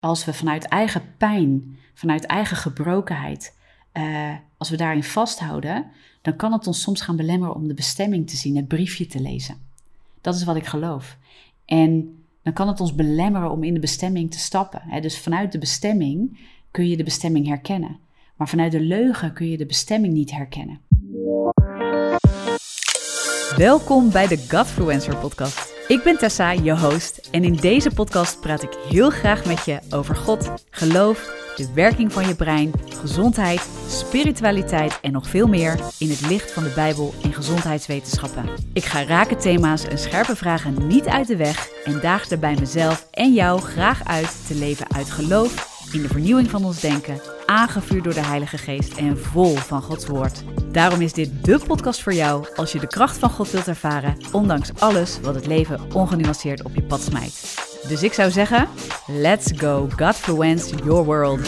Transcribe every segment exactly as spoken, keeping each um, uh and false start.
als we vanuit eigen pijn, vanuit eigen gebrokenheid, uh, als we daarin vasthouden, dan kan het ons soms gaan belemmeren om de bestemming te zien, het briefje te lezen. Dat is wat ik geloof. En dan kan het ons belemmeren om in de bestemming te stappen. Hè? Dus vanuit de bestemming kun je de bestemming herkennen. Maar vanuit de leugen kun je de bestemming niet herkennen. Welkom bij de Godfluencer podcast. Ik ben Tessa, je host, en in deze podcast praat ik heel graag met je over God, geloof, de werking van je brein, gezondheid, spiritualiteit en nog veel meer in het licht van de Bijbel en gezondheidswetenschappen. Ik ga rake thema's en scherpe vragen niet uit de weg en daag daarbij mezelf en jou graag uit te leven uit geloof, in de vernieuwing van ons denken, aangevuurd door de Heilige Geest en vol van Gods woord. Daarom is dit dé podcast voor jou als je de kracht van God wilt ervaren, ondanks alles wat het leven ongenuanceerd op je pad smijt. Dus ik zou zeggen, let's go Godfluence your world.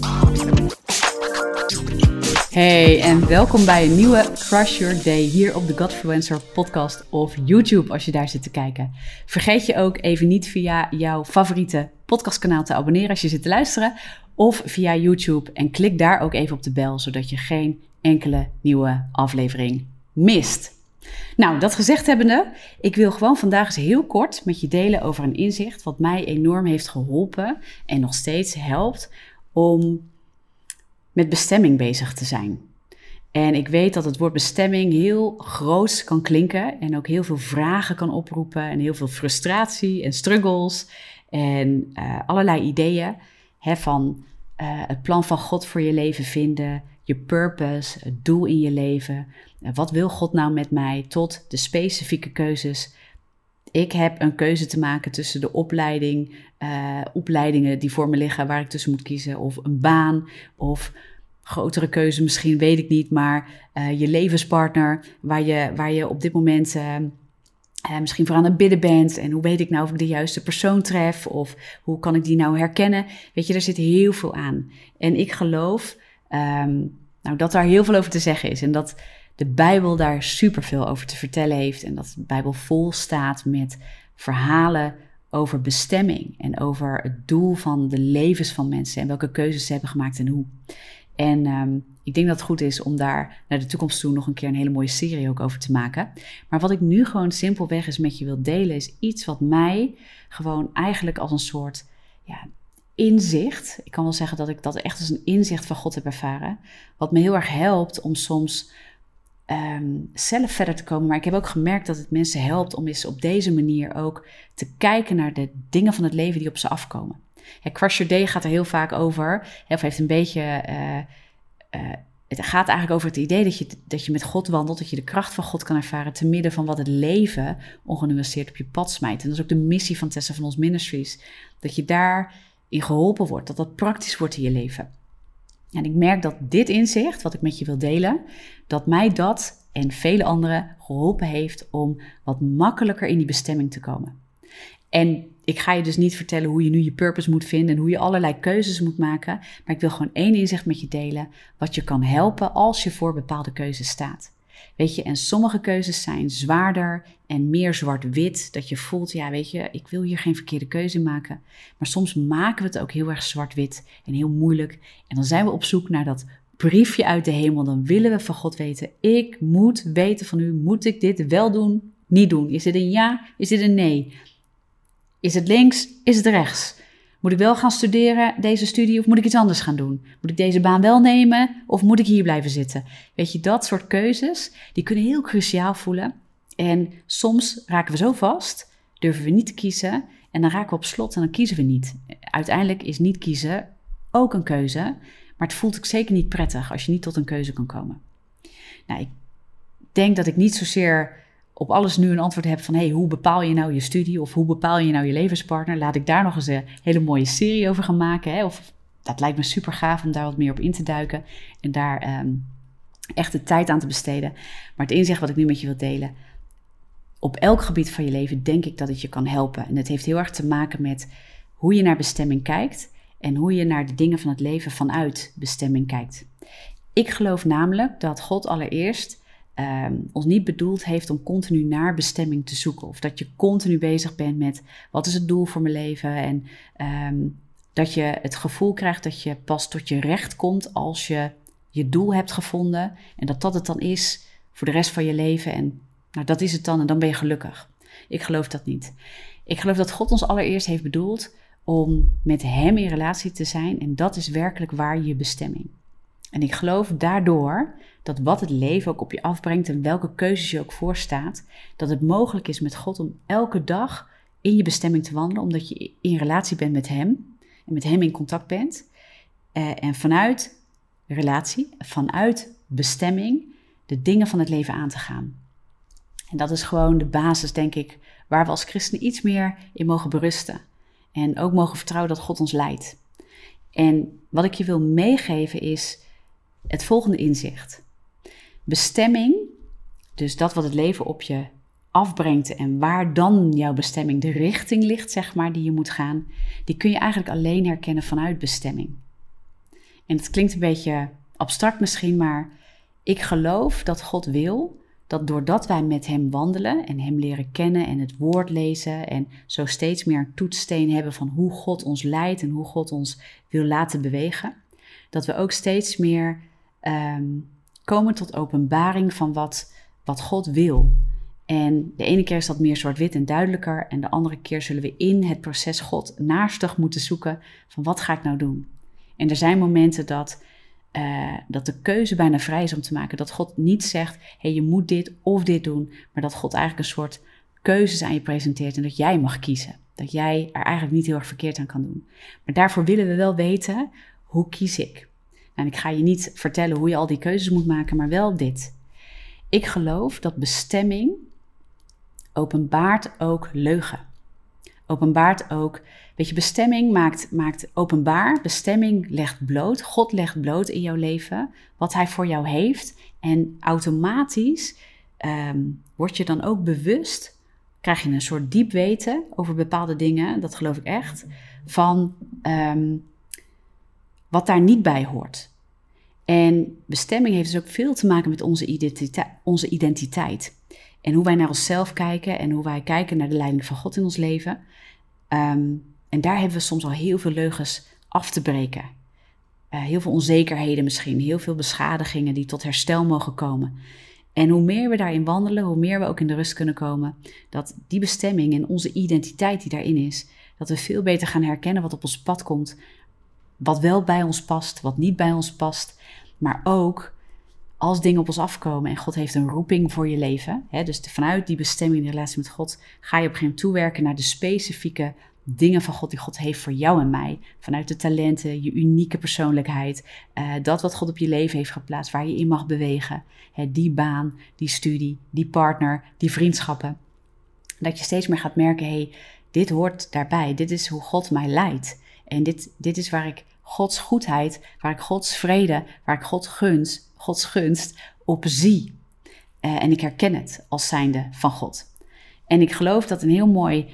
Hey en welkom bij een nieuwe Crush Your Day hier op de Godfluencer podcast of YouTube als je daar zit te kijken. Vergeet je ook even niet via jouw favoriete podcastkanaal te abonneren als je zit te luisteren of via YouTube en klik daar ook even op de bel zodat je geen enkele nieuwe aflevering mist. Nou, dat gezegd hebbende, ik wil gewoon vandaag eens heel kort met je delen over een inzicht wat mij enorm heeft geholpen en nog steeds helpt om met bestemming bezig te zijn. En ik weet dat het woord bestemming heel groots kan klinken en ook heel veel vragen kan oproepen en heel veel frustratie en struggles en uh, allerlei ideeën hè, van uh, het plan van God voor je leven vinden, je purpose, het doel in je leven. Wat wil God nou met mij? Tot de specifieke keuzes. Ik heb een keuze te maken tussen de opleiding, uh, opleidingen die voor me liggen, waar ik tussen moet kiezen, of een baan, of grotere keuze misschien, weet ik niet, maar uh, je levenspartner, waar je, waar je op dit moment uh, uh, misschien voor aan het bidden bent. En hoe weet ik nou of ik de juiste persoon tref, of hoe kan ik die nou herkennen? Weet je, daar zit heel veel aan. En ik geloof um, nou, dat daar heel veel over te zeggen is en dat de Bijbel daar superveel over te vertellen heeft en dat de Bijbel vol staat met verhalen over bestemming en over het doel van de levens van mensen en welke keuzes ze hebben gemaakt en hoe. En um, ik denk dat het goed is om daar naar de toekomst toe nog een keer een hele mooie serie ook over te maken. Maar wat ik nu gewoon simpelweg eens met je wil delen is iets wat mij gewoon eigenlijk als een soort ja, inzicht, ik kan wel zeggen dat ik dat echt als een inzicht van God heb ervaren, wat me heel erg helpt om soms Um, zelf verder te komen. Maar ik heb ook gemerkt dat het mensen helpt om eens op deze manier ook te kijken naar de dingen van het leven die op ze afkomen. Ja, Crush Your Day gaat er heel vaak over, of heeft een beetje, uh, uh, het gaat eigenlijk over het idee dat je, dat je met God wandelt, dat je de kracht van God kan ervaren te midden van wat het leven ongenuanceerd op je pad smijt. En dat is ook de missie van Tessa van ons Ministries, dat je daarin geholpen wordt, dat dat praktisch wordt in je leven. En ik merk dat dit inzicht, wat ik met je wil delen, dat mij dat en vele anderen geholpen heeft om wat makkelijker in die bestemming te komen. En ik ga je dus niet vertellen hoe je nu je purpose moet vinden en hoe je allerlei keuzes moet maken, maar ik wil gewoon één inzicht met je delen wat je kan helpen als je voor bepaalde keuzes staat. Weet je, en sommige keuzes zijn zwaarder en meer zwart-wit, dat je voelt, ja weet je, ik wil hier geen verkeerde keuze maken. Maar soms maken we het ook heel erg zwart-wit en heel moeilijk. En dan zijn we op zoek naar dat briefje uit de hemel. Dan willen we van God weten, ik moet weten van u, moet ik dit wel doen, niet doen? Is dit een ja, is dit een nee? Is het links, is het rechts? Moet ik wel gaan studeren, deze studie, of moet ik iets anders gaan doen? Moet ik deze baan wel nemen, of moet ik hier blijven zitten? Weet je, dat soort keuzes, die kunnen heel cruciaal voelen. En soms raken we zo vast, durven we niet te kiezen, en dan raken we op slot en dan kiezen we niet. Uiteindelijk is niet kiezen ook een keuze, maar het voelt ook zeker niet prettig als je niet tot een keuze kan komen. Nou, ik denk dat ik niet zozeer op alles nu een antwoord heb van, hey, hoe bepaal je nou je studie of hoe bepaal je nou je levenspartner? Laat ik daar nog eens een hele mooie serie over gaan maken. Hè? Of dat lijkt me super gaaf om daar wat meer op in te duiken en daar um, echt de tijd aan te besteden. Maar het inzicht wat ik nu met je wil delen, op elk gebied van je leven denk ik dat het je kan helpen. En het heeft heel erg te maken met hoe je naar bestemming kijkt en hoe je naar de dingen van het leven vanuit bestemming kijkt. Ik geloof namelijk dat God allereerst Um, ons niet bedoeld heeft om continu naar bestemming te zoeken. Of dat je continu bezig bent met wat is het doel voor mijn leven en um, Dat je het gevoel krijgt dat je pas tot je recht komt als je je doel hebt gevonden. En dat dat het dan is voor de rest van je leven. En nou, dat is het dan en dan ben je gelukkig. Ik geloof dat niet. Ik geloof dat God ons allereerst heeft bedoeld om met hem in relatie te zijn. En dat is werkelijk waar je bestemming. En ik geloof daardoor dat wat het leven ook op je afbrengt en welke keuzes je ook voorstaat, dat het mogelijk is met God om elke dag in je bestemming te wandelen, omdat je in relatie bent met hem en met hem in contact bent. Uh, en vanuit relatie, vanuit bestemming, de dingen van het leven aan te gaan. En dat is gewoon de basis, denk ik, waar we als christenen iets meer in mogen berusten. En ook mogen vertrouwen dat God ons leidt. En wat ik je wil meegeven is het volgende inzicht. Bestemming, dus dat wat het leven op je afbrengt en waar dan jouw bestemming, de richting ligt, zeg maar, die je moet gaan, die kun je eigenlijk alleen herkennen vanuit bestemming. En het klinkt een beetje abstract misschien, maar ik geloof dat God wil dat doordat wij met hem wandelen en hem leren kennen en het woord lezen en zo steeds meer een toetssteen hebben van hoe God ons leidt en hoe God ons wil laten bewegen, dat we ook steeds meer um, komen tot openbaring van wat, wat God wil. En de ene keer is dat meer zwart-wit en duidelijker en de andere keer zullen we in het proces God naarstig moeten zoeken van wat ga ik nou doen. En er zijn momenten dat, uh, dat de keuze bijna vrij is om te maken. Dat God niet zegt, hey, je moet dit of dit doen. Maar dat God eigenlijk een soort keuzes aan je presenteert en dat jij mag kiezen. Dat jij er eigenlijk niet heel erg verkeerd aan kan doen. Maar daarvoor willen we wel weten, hoe kies ik? En ik ga je niet vertellen hoe je al die keuzes moet maken, maar wel dit. Ik geloof dat bestemming openbaart ook leugen. Openbaart ook, weet je, bestemming maakt, maakt openbaar. Bestemming legt bloot. God legt bloot in jouw leven wat hij voor jou heeft. En automatisch um, word je dan ook bewust, krijg je een soort diep weten over bepaalde dingen, dat geloof ik echt, van um, wat daar niet bij hoort. En bestemming heeft dus ook veel te maken met onze identiteit, onze identiteit. En hoe wij naar onszelf kijken en hoe wij kijken naar de leiding van God in ons leven. Um, en daar hebben we soms al heel veel leugens af te breken. Uh, heel veel onzekerheden misschien, heel veel beschadigingen die tot herstel mogen komen. En hoe meer we daarin wandelen, hoe meer we ook in de rust kunnen komen, dat die bestemming en onze identiteit die daarin is, dat we veel beter gaan herkennen wat op ons pad komt, wat wel bij ons past, wat niet bij ons past, maar ook als dingen op ons afkomen en God heeft een roeping voor je leven, hè, dus vanuit die bestemming in de relatie met God, ga je op een gegeven moment toewerken naar de specifieke dingen van God die God heeft voor jou en mij. Vanuit de talenten, je unieke persoonlijkheid, uh, dat wat God op je leven heeft geplaatst, waar je in mag bewegen. Hè, die baan, die studie, die partner, die vriendschappen. Dat je steeds meer gaat merken, hé, hey, dit hoort daarbij. Dit is hoe God mij leidt. En dit, dit is waar ik Gods goedheid, waar ik Gods vrede, waar ik God gunst, Gods gunst op zie. Uh, en ik herken het als zijnde van God. En ik geloof dat een heel mooi,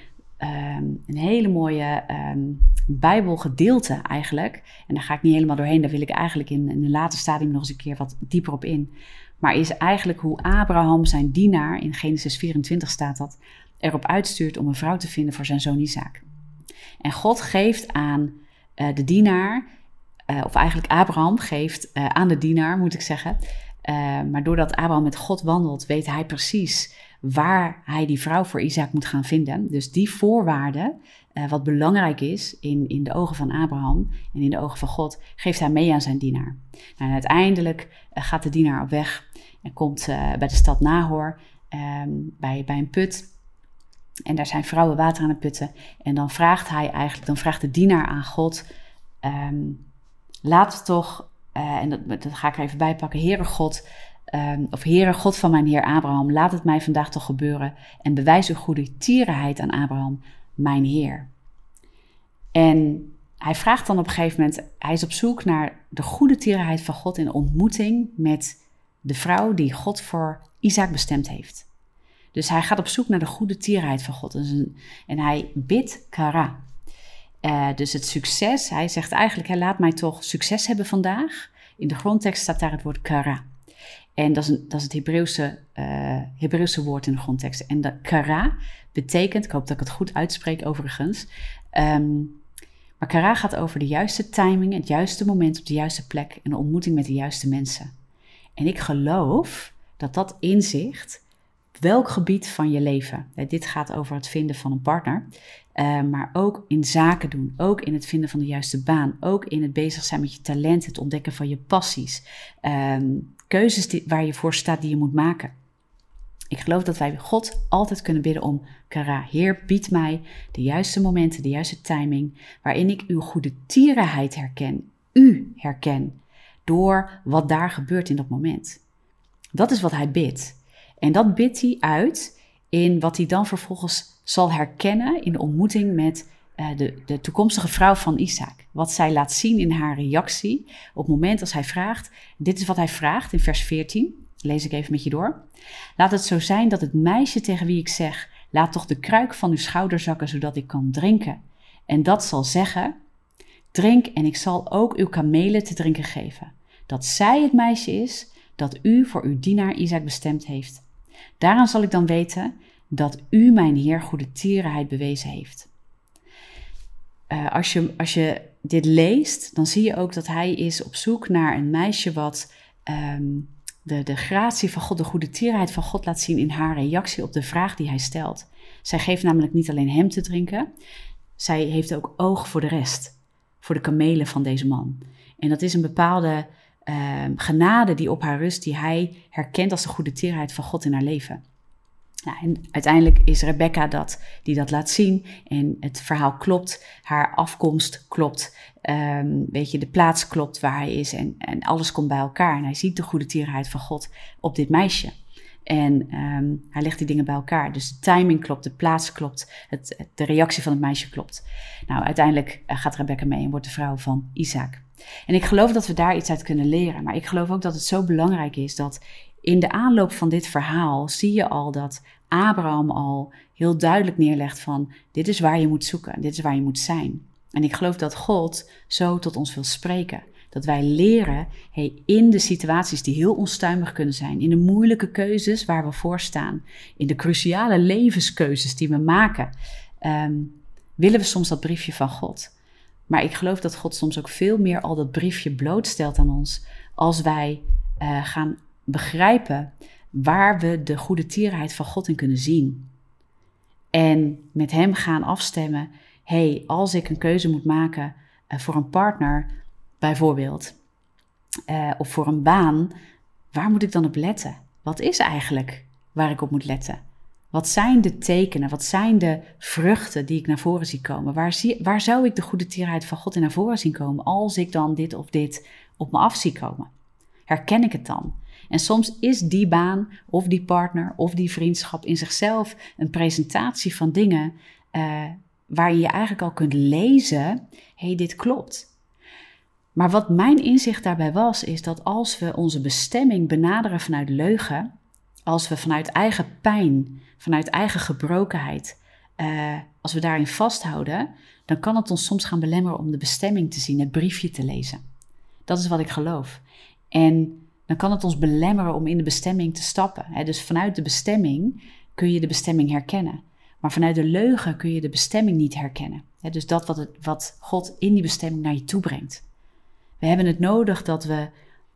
um, een hele mooie um, Bijbelgedeelte eigenlijk, en daar ga ik niet helemaal doorheen, daar wil ik eigenlijk in, in een later stadium nog eens een keer wat dieper op in, maar is eigenlijk hoe Abraham zijn dienaar, in Genesis vierentwintig staat dat, erop uitstuurt om een vrouw te vinden voor zijn zoon Isaac. En God geeft aan uh, de dienaar, uh, of eigenlijk Abraham geeft uh, aan de dienaar, moet ik zeggen. Uh, maar doordat Abraham met God wandelt, weet hij precies waar hij die vrouw voor Isaac moet gaan vinden. Dus die voorwaarde, uh, wat belangrijk is in, in de ogen van Abraham en in de ogen van God, geeft hij mee aan zijn dienaar. Nou, en uiteindelijk uh, gaat de dienaar op weg en komt uh, bij de stad Nahor, um, bij, bij een put. En daar zijn vrouwen water aan het putten. En dan vraagt hij eigenlijk, dan vraagt de dienaar aan God, um, laat toch, uh, en dat, dat ga ik er even bij pakken, Heere God, um, of Heere God van mijn heer Abraham, laat het mij vandaag toch gebeuren en bewijs uw goede tierenheid aan Abraham, mijn heer. En hij vraagt dan op een gegeven moment, hij is op zoek naar de goede tierenheid van God in de ontmoeting met de vrouw die God voor Isaac bestemd heeft. Dus hij gaat op zoek naar de goede tierheid van God. En hij bidt kara. Uh, dus het succes, hij zegt eigenlijk, laat mij toch succes hebben vandaag. In de grondtekst staat daar het woord kara. En dat is, een, dat is het Hebreeuwse, uh, Hebreeuwse woord in de grondtekst. En dat kara betekent, ik hoop dat ik het goed uitspreek overigens, um, Maar Kara gaat over de juiste timing, het juiste moment op de juiste plek en de ontmoeting met de juiste mensen. En ik geloof dat dat inzicht, welk gebied van je leven, dit gaat over het vinden van een partner, uh, maar ook in zaken doen, ook in het vinden van de juiste baan, ook in het bezig zijn met je talent, het ontdekken van je passies, um, keuzes die, waar je voor staat die je moet maken. Ik geloof dat wij God altijd kunnen bidden om, Kara, Heer, bied mij de juiste momenten, de juiste timing, waarin ik uw goede tierenheid herken, u herken, door wat daar gebeurt in dat moment. Dat is wat hij bidt. En dat bidt hij uit in wat hij dan vervolgens zal herkennen in de ontmoeting met uh, de, de toekomstige vrouw van Isaac. Wat zij laat zien in haar reactie op het moment als hij vraagt. Dit is wat hij vraagt in vers veertien. Lees ik even met je door. Laat het zo zijn dat het meisje tegen wie ik zeg, laat toch de kruik van uw schouder zakken, zodat ik kan drinken. En dat zal zeggen, drink en ik zal ook uw kamelen te drinken geven. Dat zij het meisje is dat u voor uw dienaar Isaac bestemd heeft. Daaraan zal ik dan weten dat u mijn Heer goede tierenheid bewezen heeft. Uh, als je, als je dit leest, dan zie je ook dat hij is op zoek naar een meisje wat um, de, de gratie van God, de goede tierenheid van God laat zien in haar reactie op de vraag die hij stelt. Zij geeft namelijk niet alleen hem te drinken, zij heeft ook oog voor de rest, voor de kamelen van deze man. En dat is een bepaalde uh, genade die op haar rust, die hij herkent als de goede tierenheid van God in haar leven. Nou, en uiteindelijk is Rebecca dat, die dat laat zien en het verhaal klopt, haar afkomst klopt, um, weet je, de plaats klopt waar hij is en, en alles komt bij elkaar. En hij ziet de goede tierenheid van God op dit meisje. En um, hij legt die dingen bij elkaar. Dus de timing klopt, de plaats klopt, het, de reactie van het meisje klopt. Nou, uiteindelijk uh, gaat Rebecca mee en wordt de vrouw van Isaac. En ik geloof dat we daar iets uit kunnen leren. Maar ik geloof ook dat het zo belangrijk is dat in de aanloop van dit verhaal zie je al dat Abraham al heel duidelijk neerlegt van dit is waar je moet zoeken, dit is waar je moet zijn. En ik geloof dat God zo tot ons wil spreken. Dat wij leren hey, in de situaties die heel onstuimig kunnen zijn, in de moeilijke keuzes waar we voor staan, in de cruciale levenskeuzes die we maken, um, willen we soms dat briefje van God. Maar ik geloof dat God soms ook veel meer al dat briefje blootstelt aan ons als wij uh, gaan begrijpen waar we de goede tierenheid van God in kunnen zien. En met hem gaan afstemmen, hey, als ik een keuze moet maken uh, voor een partner, bijvoorbeeld, uh, of voor een baan, waar moet ik dan op letten? Wat is eigenlijk waar ik op moet letten? Wat zijn de tekenen, wat zijn de vruchten die ik naar voren zie komen? Waar, zie, waar zou ik de goede tierenheid van God in naar voren zien komen als ik dan dit of dit op me af zie komen? Herken ik het dan? En soms is die baan of die partner of die vriendschap in zichzelf een presentatie van dingen uh, waarin je eigenlijk al kunt lezen, hé, hey, dit klopt. Maar wat mijn inzicht daarbij was, is dat als we onze bestemming benaderen vanuit leugen, als we vanuit eigen pijn, vanuit eigen gebrokenheid, uh, als we daarin vasthouden, dan kan het ons soms gaan belemmeren om de bestemming te zien, het briefje te lezen. Dat is wat ik geloof. En dan kan het ons belemmeren om in de bestemming te stappen. He, dus vanuit de bestemming kun je de bestemming herkennen. Maar vanuit de leugen kun je de bestemming niet herkennen. He, dus dat wat, het, wat God in die bestemming naar je toe brengt. We hebben het nodig dat we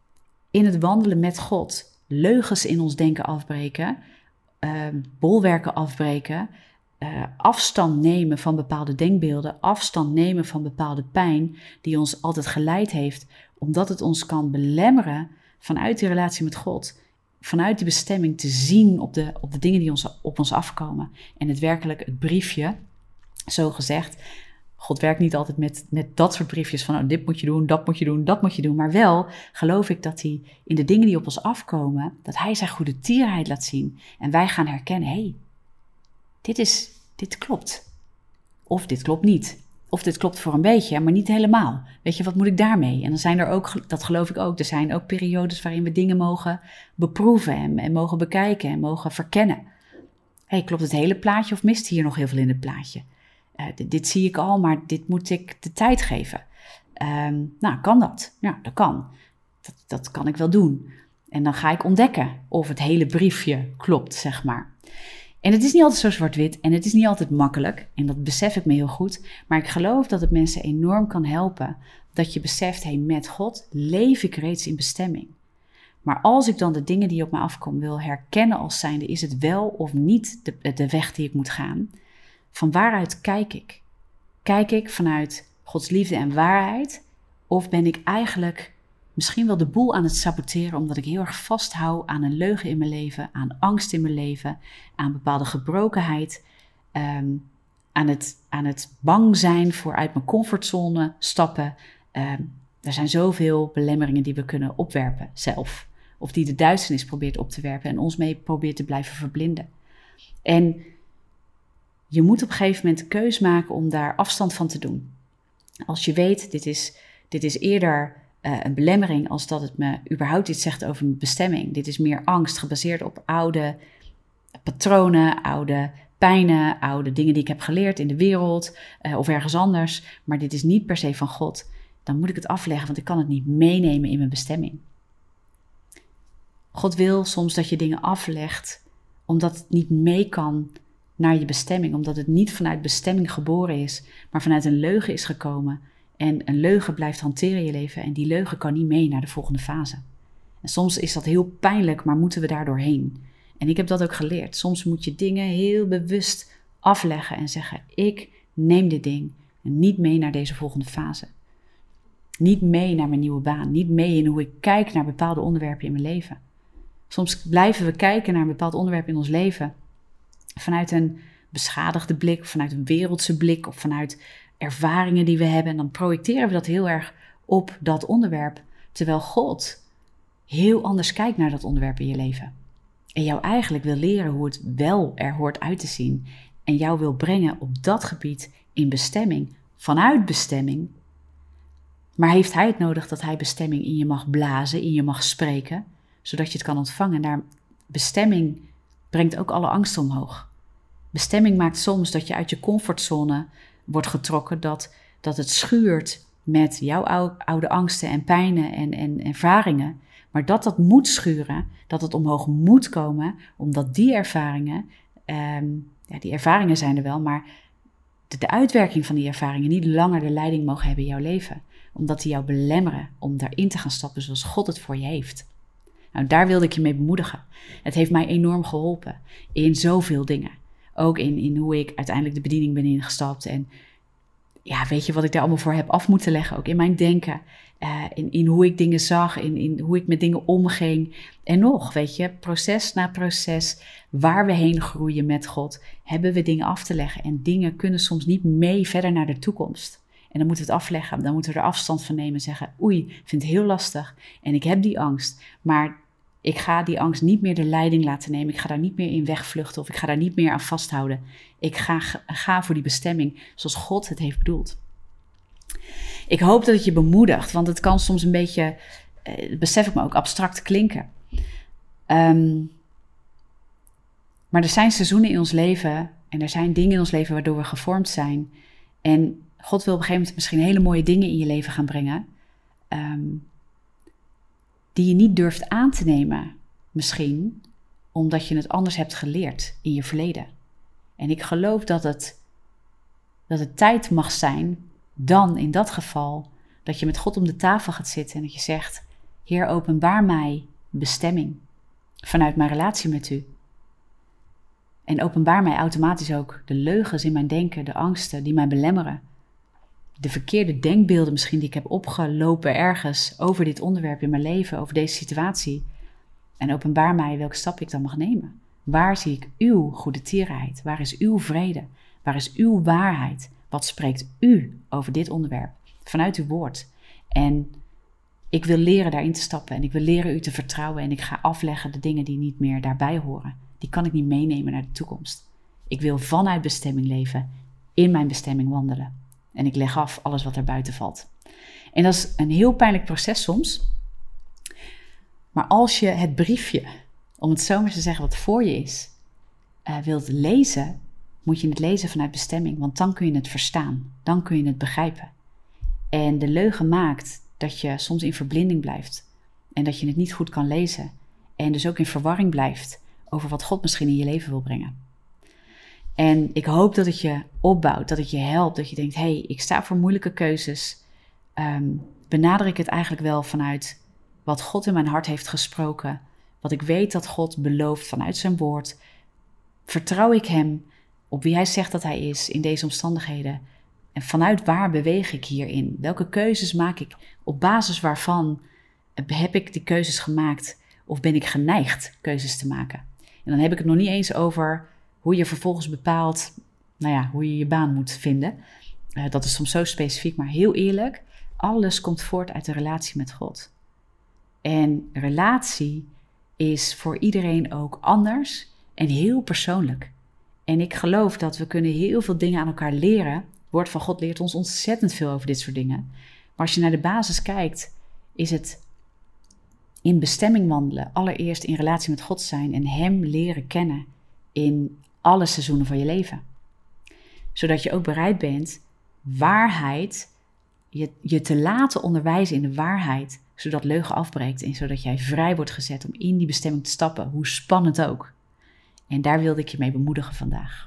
in het wandelen met God leugens in ons denken afbreken, uh, bolwerken afbreken, uh, afstand nemen van bepaalde denkbeelden, afstand nemen van bepaalde pijn die ons altijd geleid heeft, omdat het ons kan belemmeren vanuit die relatie met God, vanuit die bestemming te zien op de, op de dingen die ons, op ons afkomen. En het werkelijk het briefje, zo gezegd, God werkt niet altijd met, met dat soort briefjes van oh, dit moet je doen, dat moet je doen, dat moet je doen. Maar wel geloof ik dat hij in de dingen die op ons afkomen, dat hij zijn goede tierenheid laat zien. En wij gaan herkennen, hé, hey, dit, is, dit klopt. Of dit klopt niet. Of dit klopt voor een beetje, maar niet helemaal. Weet je, wat moet ik daarmee? En dan zijn er ook, dat geloof ik ook, er zijn ook periodes waarin we dingen mogen beproeven en, en mogen bekijken en mogen verkennen. Hé, hey, klopt het hele plaatje of mist hier nog heel veel in het plaatje? Uh, dit, dit zie ik al, maar dit moet ik de tijd geven. Um, nou, kan dat? Ja, dat kan. Dat, dat kan ik wel doen. En dan ga ik ontdekken of het hele briefje klopt, zeg maar. En het is niet altijd zo zwart-wit en het is niet altijd makkelijk. En dat besef ik me heel goed. Maar ik geloof dat het mensen enorm kan helpen. Dat je beseft, hey, met God leef ik reeds in bestemming. Maar als ik dan de dingen die op me afkomen wil herkennen als zijnde, is het wel of niet de, de weg die ik moet gaan? Van waaruit kijk ik? Kijk ik vanuit Gods liefde en waarheid? Of ben ik eigenlijk misschien wel de boel aan het saboteren, omdat ik heel erg vasthoud aan een leugen in mijn leven, aan angst in mijn leven, aan bepaalde gebrokenheid, um, aan, het, aan het bang zijn voor uit mijn comfortzone stappen. Um, er zijn zoveel belemmeringen die we kunnen opwerpen zelf. Of die de duisternis probeert op te werpen en ons mee probeert te blijven verblinden. En je moet op een gegeven moment de keus maken om daar afstand van te doen. Als je weet, dit is, dit is eerder uh, een belemmering als dat het me überhaupt iets zegt over mijn bestemming. Dit is meer angst gebaseerd op oude patronen, oude pijnen, oude dingen die ik heb geleerd in de wereld uh, of ergens anders. Maar dit is niet per se van God. Dan moet ik het afleggen, want ik kan het niet meenemen in mijn bestemming. God wil soms dat je dingen aflegt, omdat het niet mee kan naar je bestemming. Omdat het niet vanuit bestemming geboren is, maar vanuit een leugen is gekomen. En een leugen blijft hanteren in je leven en die leugen kan niet mee naar de volgende fase. En soms is dat heel pijnlijk, maar moeten we daar doorheen. En ik heb dat ook geleerd. Soms moet je dingen heel bewust afleggen en zeggen, ik neem dit ding niet mee naar deze volgende fase. Niet mee naar mijn nieuwe baan. Niet mee in hoe ik kijk naar bepaalde onderwerpen in mijn leven. Soms blijven we kijken naar een bepaald onderwerp in ons leven vanuit een beschadigde blik, of vanuit een wereldse blik, of vanuit ervaringen die we hebben. En dan projecteren we dat heel erg op dat onderwerp, terwijl God heel anders kijkt naar dat onderwerp in je leven. En jou eigenlijk wil leren hoe het wel er hoort uit te zien. En jou wil brengen op dat gebied in bestemming, vanuit bestemming. Maar heeft hij het nodig dat hij bestemming in je mag blazen, in je mag spreken, zodat je het kan ontvangen? En daar bestemming brengt ook alle angst omhoog. Bestemming maakt soms dat je uit je comfortzone wordt getrokken, dat, dat het schuurt met jouw oude angsten en pijnen en, en ervaringen. Maar dat dat moet schuren, dat het omhoog moet komen, omdat die ervaringen, um, ja, die ervaringen zijn er wel, maar de, de uitwerking van die ervaringen niet langer de leiding mogen hebben in jouw leven. Omdat die jou belemmeren om daarin te gaan stappen zoals God het voor je heeft. Nou, daar wilde ik je mee bemoedigen. Het heeft mij enorm geholpen in zoveel dingen. Ook in, in hoe ik uiteindelijk de bediening ben ingestapt. En ja, weet je wat ik daar allemaal voor heb af moeten leggen. Ook in mijn denken. Uh, in, in hoe ik dingen zag. In, in hoe ik met dingen omging. En nog, weet je, proces na proces. Waar we heen groeien met God. Hebben we dingen af te leggen. En dingen kunnen soms niet mee verder naar de toekomst. En dan moeten we het afleggen. Dan moeten we er afstand van nemen en zeggen, oei, ik vind het heel lastig. En ik heb die angst. Maar ik ga die angst niet meer de leiding laten nemen. Ik ga daar niet meer in wegvluchten of ik ga daar niet meer aan vasthouden. Ik ga, ga voor die bestemming zoals God het heeft bedoeld. Ik hoop dat het je bemoedigt, want het kan soms een beetje, eh, besef ik me ook, abstract klinken. Um, maar er zijn seizoenen in ons leven en er zijn dingen in ons leven waardoor we gevormd zijn. En God wil op een gegeven moment misschien hele mooie dingen in je leven gaan brengen. Um, die je niet durft aan te nemen, misschien, omdat je het anders hebt geleerd in je verleden. En ik geloof dat het, dat het tijd mag zijn, dan in dat geval, dat je met God om de tafel gaat zitten en dat je zegt, Heer, openbaar mij bestemming vanuit mijn relatie met u. En openbaar mij automatisch ook de leugens in mijn denken, de angsten die mij belemmeren. De verkeerde denkbeelden misschien die ik heb opgelopen ergens over dit onderwerp in mijn leven, over deze situatie. En openbaar mij welke stap ik dan mag nemen. Waar zie ik uw goede tierenheid? Waar is uw vrede? Waar is uw waarheid? Wat spreekt u over dit onderwerp? Vanuit uw woord. En ik wil leren daarin te stappen en ik wil leren u te vertrouwen en ik ga afleggen de dingen die niet meer daarbij horen. Die kan ik niet meenemen naar de toekomst. Ik wil vanuit bestemming leven, in mijn bestemming wandelen. En ik leg af alles wat er buiten valt. En dat is een heel pijnlijk proces soms. Maar als je het briefje, om het zo maar te zeggen wat voor je is, uh, wilt lezen, moet je het lezen vanuit bestemming. Want dan kun je het verstaan. Dan kun je het begrijpen. En de leugen maakt dat je soms in verblinding blijft. En dat je het niet goed kan lezen. En dus ook in verwarring blijft over wat God misschien in je leven wil brengen. En ik hoop dat het je opbouwt, dat het je helpt, dat je denkt, hé, hey, ik sta voor moeilijke keuzes. Um, benader ik het eigenlijk wel vanuit wat God in mijn hart heeft gesproken, wat ik weet dat God belooft vanuit zijn woord. Vertrouw ik hem op wie hij zegt dat hij is in deze omstandigheden? En vanuit waar beweeg ik hierin? Welke keuzes maak ik? Op basis waarvan heb ik die keuzes gemaakt? Of ben ik geneigd keuzes te maken? En dan heb ik het nog niet eens over hoe je vervolgens bepaalt, nou ja, hoe je je baan moet vinden. Uh, dat is soms zo specifiek, maar heel eerlijk, alles komt voort uit de relatie met God. En relatie is voor iedereen ook anders en heel persoonlijk. En ik geloof dat we kunnen heel veel dingen aan elkaar leren. Het woord van God leert ons ontzettend veel over dit soort dingen. Maar als je naar de basis kijkt, is het in bestemming wandelen. Allereerst in relatie met God zijn en hem leren kennen in alle seizoenen van je leven. Zodat je ook bereid bent waarheid, je, je te laten onderwijzen in de waarheid, zodat leugen afbreekt en zodat jij vrij wordt gezet om in die bestemming te stappen, hoe spannend ook. En daar wilde ik je mee bemoedigen vandaag.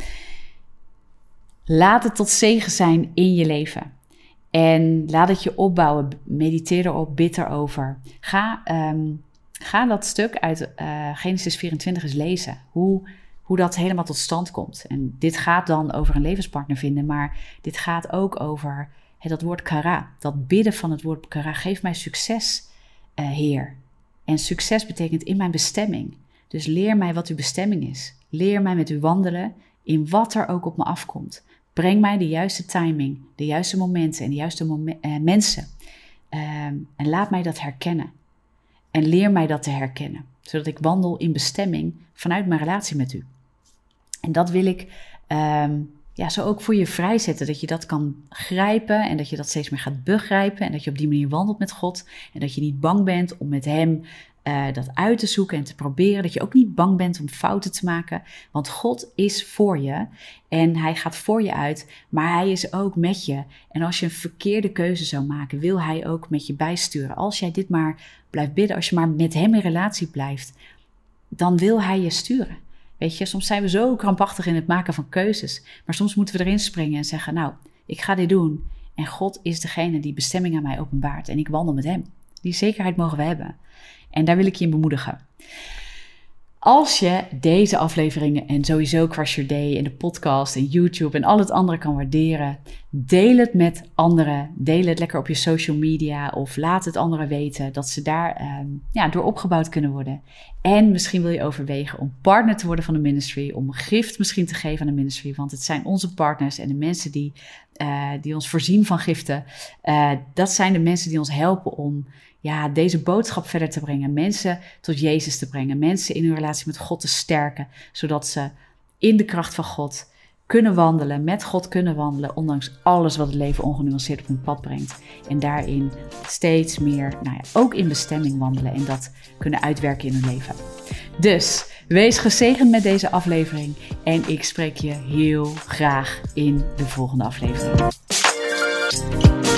Laat het tot zegen zijn in je leven. En laat het je opbouwen. Mediteer erop, bid erover. Ga, um, ga dat stuk uit uh, Genesis vierentwintig eens lezen. Hoe, hoe dat helemaal tot stand komt. En dit gaat dan over een levenspartner vinden. Maar dit gaat ook over he, dat woord kara. Dat bidden van het woord kara. Geef mij succes, uh, Heer. En succes betekent in mijn bestemming. Dus leer mij wat uw bestemming is. Leer mij met u wandelen in wat er ook op me afkomt. Breng mij de juiste timing, de juiste momenten en de juiste momen, eh, mensen. Um, en laat mij dat herkennen. En leer mij dat te herkennen. Zodat ik wandel in bestemming vanuit mijn relatie met u. En dat wil ik um, ja, zo ook voor je vrijzetten. Dat je dat kan grijpen en dat je dat steeds meer gaat begrijpen. En dat je op die manier wandelt met God. En dat je niet bang bent om met hem Uh, dat uit te zoeken en te proberen. Dat je ook niet bang bent om fouten te maken. Want God is voor je. En hij gaat voor je uit. Maar hij is ook met je. En als je een verkeerde keuze zou maken, wil hij ook met je bijsturen. Als jij dit maar blijft bidden. Als je maar met hem in relatie blijft. Dan wil hij je sturen. Weet je, soms zijn we zo krampachtig in het maken van keuzes. Maar soms moeten we erin springen en zeggen, nou, ik ga dit doen. En God is degene die bestemming aan mij openbaart. En ik wandel met hem. Die zekerheid mogen we hebben. En daar wil ik je in bemoedigen. Als je deze afleveringen en sowieso Crush Your Day en de podcast en YouTube en al het andere kan waarderen, deel het met anderen. Deel het lekker op je social media of laat het anderen weten dat ze daar um, ja, door opgebouwd kunnen worden. En misschien wil je overwegen om partner te worden van de ministry, om een gift misschien te geven aan de ministry, want het zijn onze partners en de mensen die, uh, die ons voorzien van giften. Uh, dat zijn de mensen die ons helpen om ja, deze boodschap verder te brengen. Mensen tot Jezus te brengen. Mensen in hun relatie met God te sterken. Zodat ze in de kracht van God kunnen wandelen. Met God kunnen wandelen. Ondanks alles wat het leven ongenuanceerd op hun pad brengt. En daarin steeds meer, nou ja, ook in bestemming wandelen. En dat kunnen uitwerken in hun leven. Dus wees gezegend met deze aflevering. En ik spreek je heel graag in de volgende aflevering.